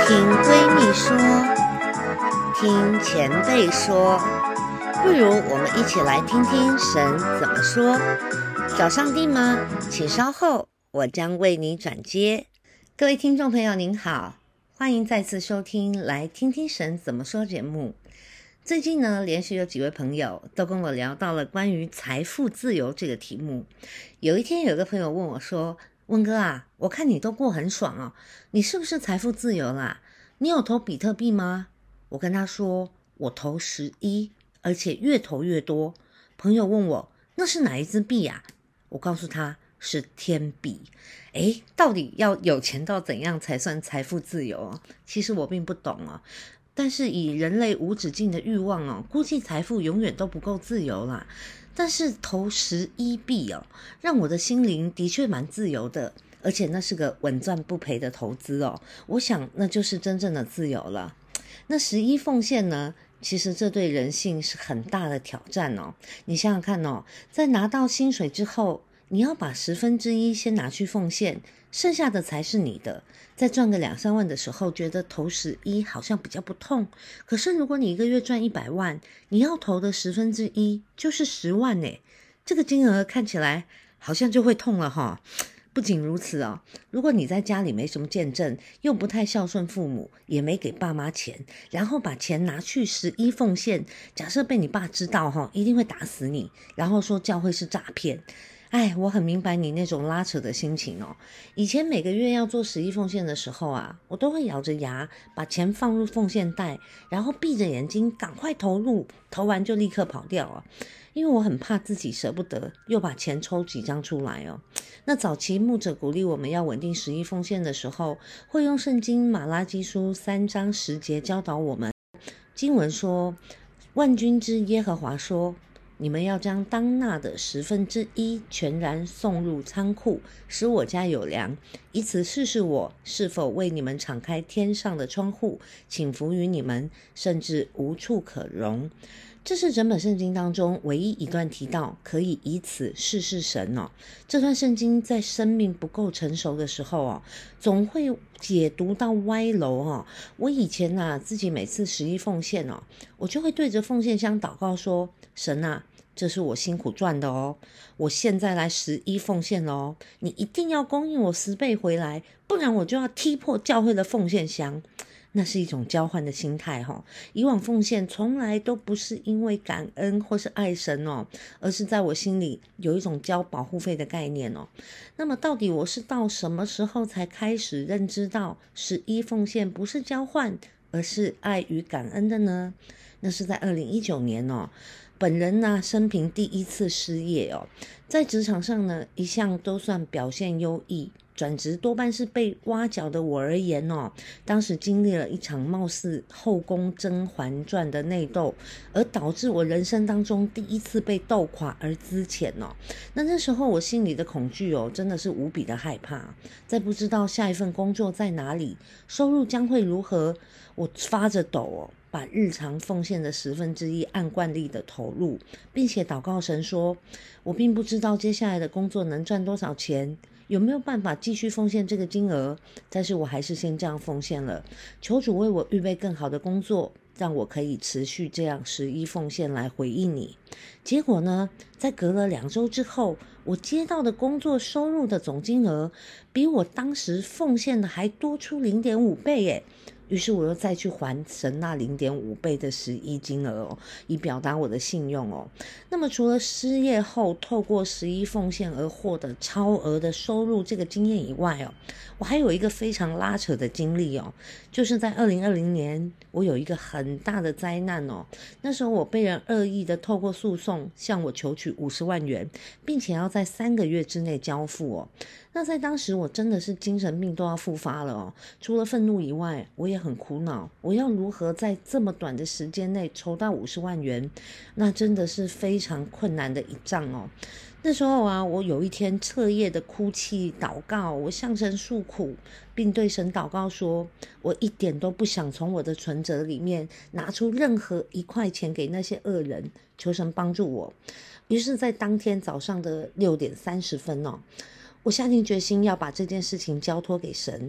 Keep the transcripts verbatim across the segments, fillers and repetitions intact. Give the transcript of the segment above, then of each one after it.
听闺蜜说，听前辈说，不如我们一起来听听神怎么说。找上帝吗？请稍后，我将为你转接。各位听众朋友您好，欢迎再次收听来听听神怎么说节目。最近呢，连续有几位朋友都跟我聊到了关于财富自由这个题目。有一天有个朋友问我说，温哥啊，我看你都过很爽哦，你是不是财富自由啦？你有投比特币吗？我跟他说，我投十一，而且越投越多。朋友问我，那是哪一支币啊？我告诉他是天币。诶，到底要有钱到怎样才算财富自由哦？其实我并不懂哦。但是以人类无止境的欲望哦，估计财富永远都不够自由啦。但是投十一币哦，让我的心灵的确蛮自由的，而且那是个稳赚不赔的投资哦。我想那就是真正的自由了。那十一奉献呢？其实这对人性是很大的挑战哦。你想想看哦，在拿到薪水之后，你要把十分之一先拿去奉献，剩下的才是你的。在赚个两三万的时候，觉得投十一好像比较不痛。可是如果你一个月赚一百万，你要投的十分之一就是十万耶，这个金额看起来好像就会痛了哈。不仅如此哦，如果你在家里没什么见证，又不太孝顺父母，也没给爸妈钱，然后把钱拿去十一奉献，假设被你爸知道哈，一定会打死你，然后说教会是诈骗。哎，我很明白你那种拉扯的心情哦。以前每个月要做十一奉献的时候啊，我都会咬着牙把钱放入奉献袋，然后闭着眼睛赶快投入，投完就立刻跑掉啊。因为我很怕自己舍不得，又把钱抽几张出来哦。那早期牧者鼓励我们要稳定十一奉献的时候，会用圣经马拉基书三章十节教导我们。经文说，万军之耶和华说，你们要将当纳的十分之一全然送入仓库，使我家有粮，以此试试我是否为你们敞开天上的窗户，倾福于你们，甚至无处可容。这是整本圣经当中唯一一段提到可以以此试试神哦。这段圣经在生命不够成熟的时候哦，总会解读到歪楼哦。我以前啊，自己每次十一奉献哦，我就会对着奉献箱祷告说，神啊，这是我辛苦赚的哦，我现在来十一奉献了哦，你一定要供应我十倍回来，不然我就要踢破教会的奉献箱。那是一种交换的心态哈、哦。以往奉献从来都不是因为感恩或是爱神哦，而是在我心里有一种交保护费的概念哦。那么到底我是到什么时候才开始认知到十一奉献不是交换，而是爱与感恩的呢？那是在二零一九年哦。本人呢、啊，生平第一次失业哦，在职场上呢，一向都算表现优异。转职多半是被挖角的我而言哦，当时经历了一场貌似后宫甄嬛传的内斗，而导致我人生当中第一次被斗垮而资遣哦。那那时候我心里的恐惧哦，真的是无比的害怕，在不知道下一份工作在哪里，收入将会如何，我发着抖哦，把日常奉献的十分之一按惯例的投入，并且祷告神说，我并不知道接下来的工作能赚多少钱，有没有办法继续奉献这个金额，但是我还是先这样奉献了，求主为我预备更好的工作，让我可以持续这样十一奉献来回应你。结果呢，在隔了两周之后，我接到的工作收入的总金额比我当时奉献的还多出 零点五倍耶。于是我又再去还神那 零点五倍的十一金额哦，以表达我的信用哦。那么除了失业后透过十一奉献而获得超额的收入这个经验以外哦，我还有一个非常拉扯的经历哦，就是在二零二零年，我有一个很大的灾难哦。那时候我被人恶意的透过诉讼向我求取五十万元，并且要在三个月之内交付哦。那在当时我真的是精神病都要复发了哦，除了愤怒以外，我也很苦恼，我要如何在这么短的时间内筹到五十万元，那真的是非常困难的一仗哦。那时候啊，我有一天彻夜的哭泣祷告，我向神诉苦，并对神祷告说，我一点都不想从我的存折里面拿出任何一块钱给那些恶人，求神帮助我。于是在当天早上的六点三十分哦，我下定决心要把这件事情交托给神，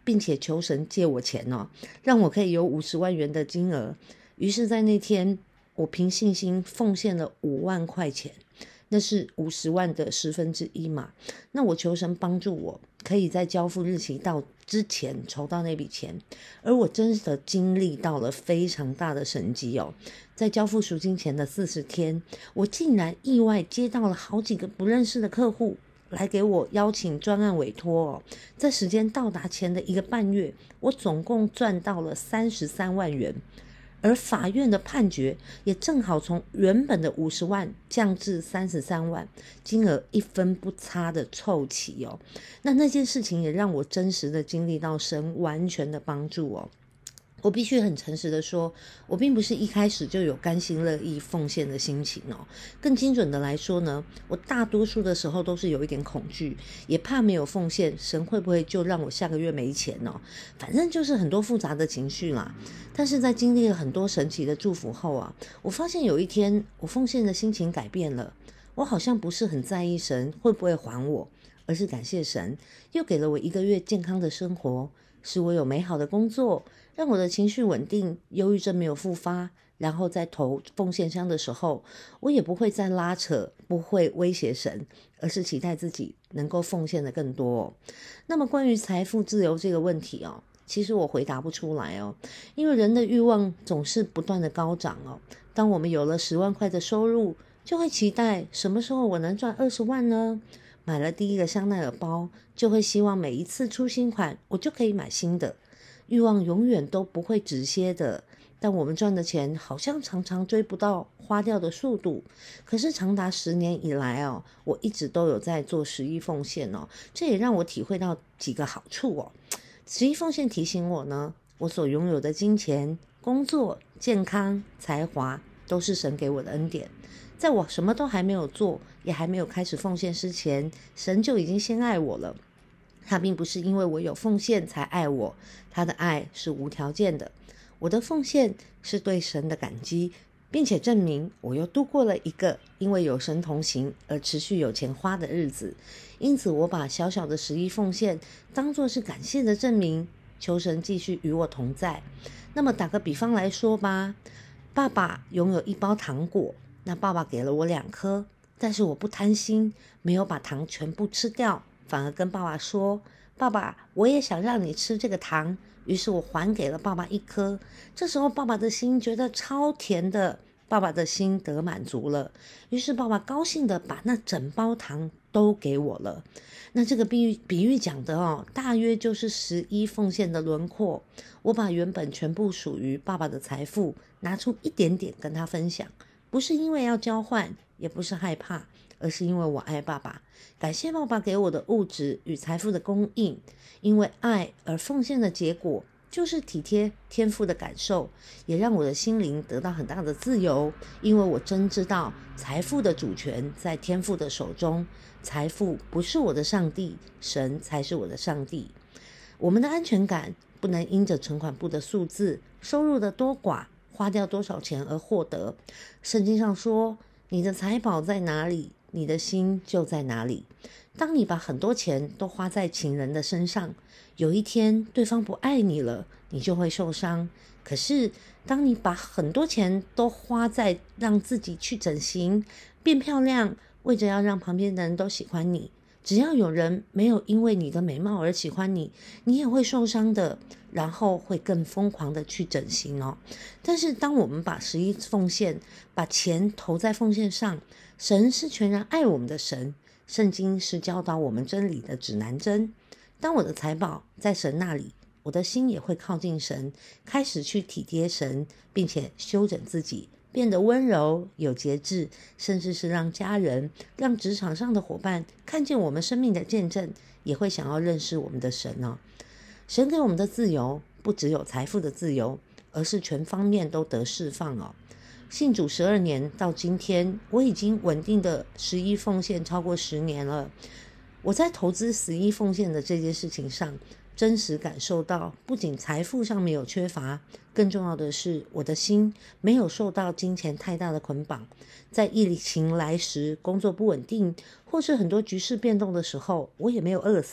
并且求神借我钱哦，让我可以有五十万元的金额。于是在那天我凭信心奉献了五万块钱，那是五十万的十分之一嘛。那我求神帮助我可以在交付日期到之前筹到那笔钱，而我真的经历到了非常大的神迹哦。在交付赎金前的四十天，我竟然意外接到了好几个不认识的客户来给我邀请专案委托哦。在时间到达前的一个半月，我总共赚到了三十三万元。而法院的判决也正好从原本的五十万降至三十三万，金额一分不差的凑齐哦。那那件事情也让我真实的经历到神完全的帮助哦。我必须很诚实的说，我并不是一开始就有甘心乐意奉献的心情哦。更精准的来说呢，我大多数的时候都是有一点恐惧，也怕没有奉献，神会不会就让我下个月没钱哦？反正就是很多复杂的情绪啦。但是在经历了很多神奇的祝福后啊，我发现有一天我奉献的心情改变了。我好像不是很在意神会不会还我，而是感谢神又给了我一个月健康的生活，使我有美好的工作，让我的情绪稳定，忧郁症没有复发。然后在投奉献箱的时候，我也不会再拉扯，不会威胁神，而是期待自己能够奉献的更多哦。那么关于财富自由这个问题哦，其实我回答不出来哦，因为人的欲望总是不断的高涨哦。当我们有了十万块的收入，就会期待什么时候我能赚二十万呢？买了第一个香奈儿包，就会希望每一次出新款，我就可以买新的。欲望永远都不会止歇的，但我们赚的钱好像常常追不到花掉的速度。可是长达十年以来哦，我一直都有在做十一奉献哦，这也让我体会到几个好处哦。十一奉献提醒我呢，我所拥有的金钱、工作、健康、才华，都是神给我的恩典。在我什么都还没有做，也还没有开始奉献之前，神就已经先爱我了。他并不是因为我有奉献才爱我，他的爱是无条件的。我的奉献是对神的感激，并且证明我又度过了一个因为有神同行而持续有钱花的日子。因此我把小小的十一奉献当作是感谢的证明，求神继续与我同在。那么打个比方来说吧，爸爸拥有一包糖果，那爸爸给了我两颗，但是我不贪心，没有把糖全部吃掉，反而跟爸爸说，爸爸，我也想让你吃这个糖。于是我还给了爸爸一颗，这时候爸爸的心觉得超甜的，爸爸的心得满足了，于是爸爸高兴的把那整包糖都给我了。那这个比喻比喻讲的哦，大约就是十一奉献的轮廓。我把原本全部属于爸爸的财富拿出一点点跟他分享，不是因为要交换，也不是害怕，而是因为我爱爸爸，感谢爸爸给我的物质与财富的供应。因为爱而奉献的结果，就是体贴天父的感受，也让我的心灵得到很大的自由。因为我真知道财富的主权在天父的手中，财富不是我的上帝，神才是我的上帝。我们的安全感不能因着存款簿的数字、收入的多寡、花掉多少钱而获得。圣经上说，你的财宝在哪里，你的心就在哪里。当你把很多钱都花在情人的身上，有一天对方不爱你了，你就会受伤。可是当你把很多钱都花在让自己去整形、变漂亮，为着要让旁边的人都喜欢你，只要有人没有因为你的美貌而喜欢你，你也会受伤的，然后会更疯狂的去整形哦。但是当我们把十一奉献，把钱投在奉献上，神是全然爱我们的神，圣经是教导我们真理的指南针。当我的财宝在神那里，我的心也会靠近神，开始去体贴神，并且修整自己，变得温柔有节制，甚至是让家人、让职场上的伙伴看见我们生命的见证，也会想要认识我们的神哦。神给我们的自由不只有财富的自由，而是全方面都得释放哦。信主十二年到今天，我已经稳定的十一奉献超过十年了。我在投资十一奉献的这件事情上，真实感受到不仅财富上没有缺乏，更重要的是我的心没有受到金钱太大的捆绑。在疫情来时，工作不稳定，或是很多局势变动的时候，我也没有饿死，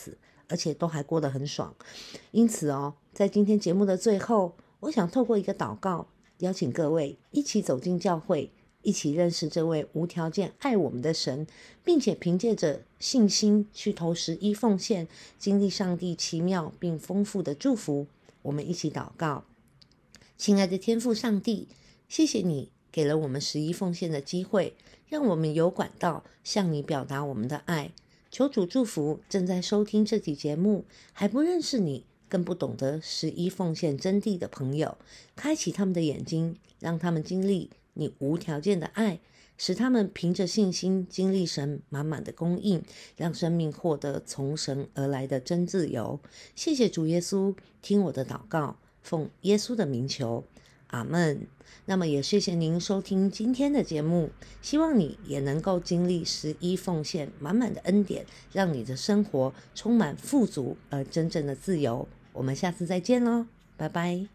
而且都还过得很爽。因此哦，在今天节目的最后，我想透过一个祷告，邀请各位一起走进教会，一起认识这位无条件爱我们的神，并且凭借着信心去投十一奉献，经历上帝奇妙并丰富的祝福。我们一起祷告。亲爱的天父上帝，谢谢你给了我们十一奉献的机会，让我们有管道向你表达我们的爱。求主祝福正在收听这集节目还不认识你更不懂得十一奉献真谛的朋友，开启他们的眼睛，让他们经历你无条件的爱，使他们凭着信心经历神满满的供应，让生命获得从神而来的真自由。谢谢主耶稣，听我的祷告，奉耶稣的名求，阿们。那么也谢谢您收听今天的节目，希望你也能够经历十一奉献满满的恩典，让你的生活充满富足而真正的自由。我们下次再见咯，拜拜。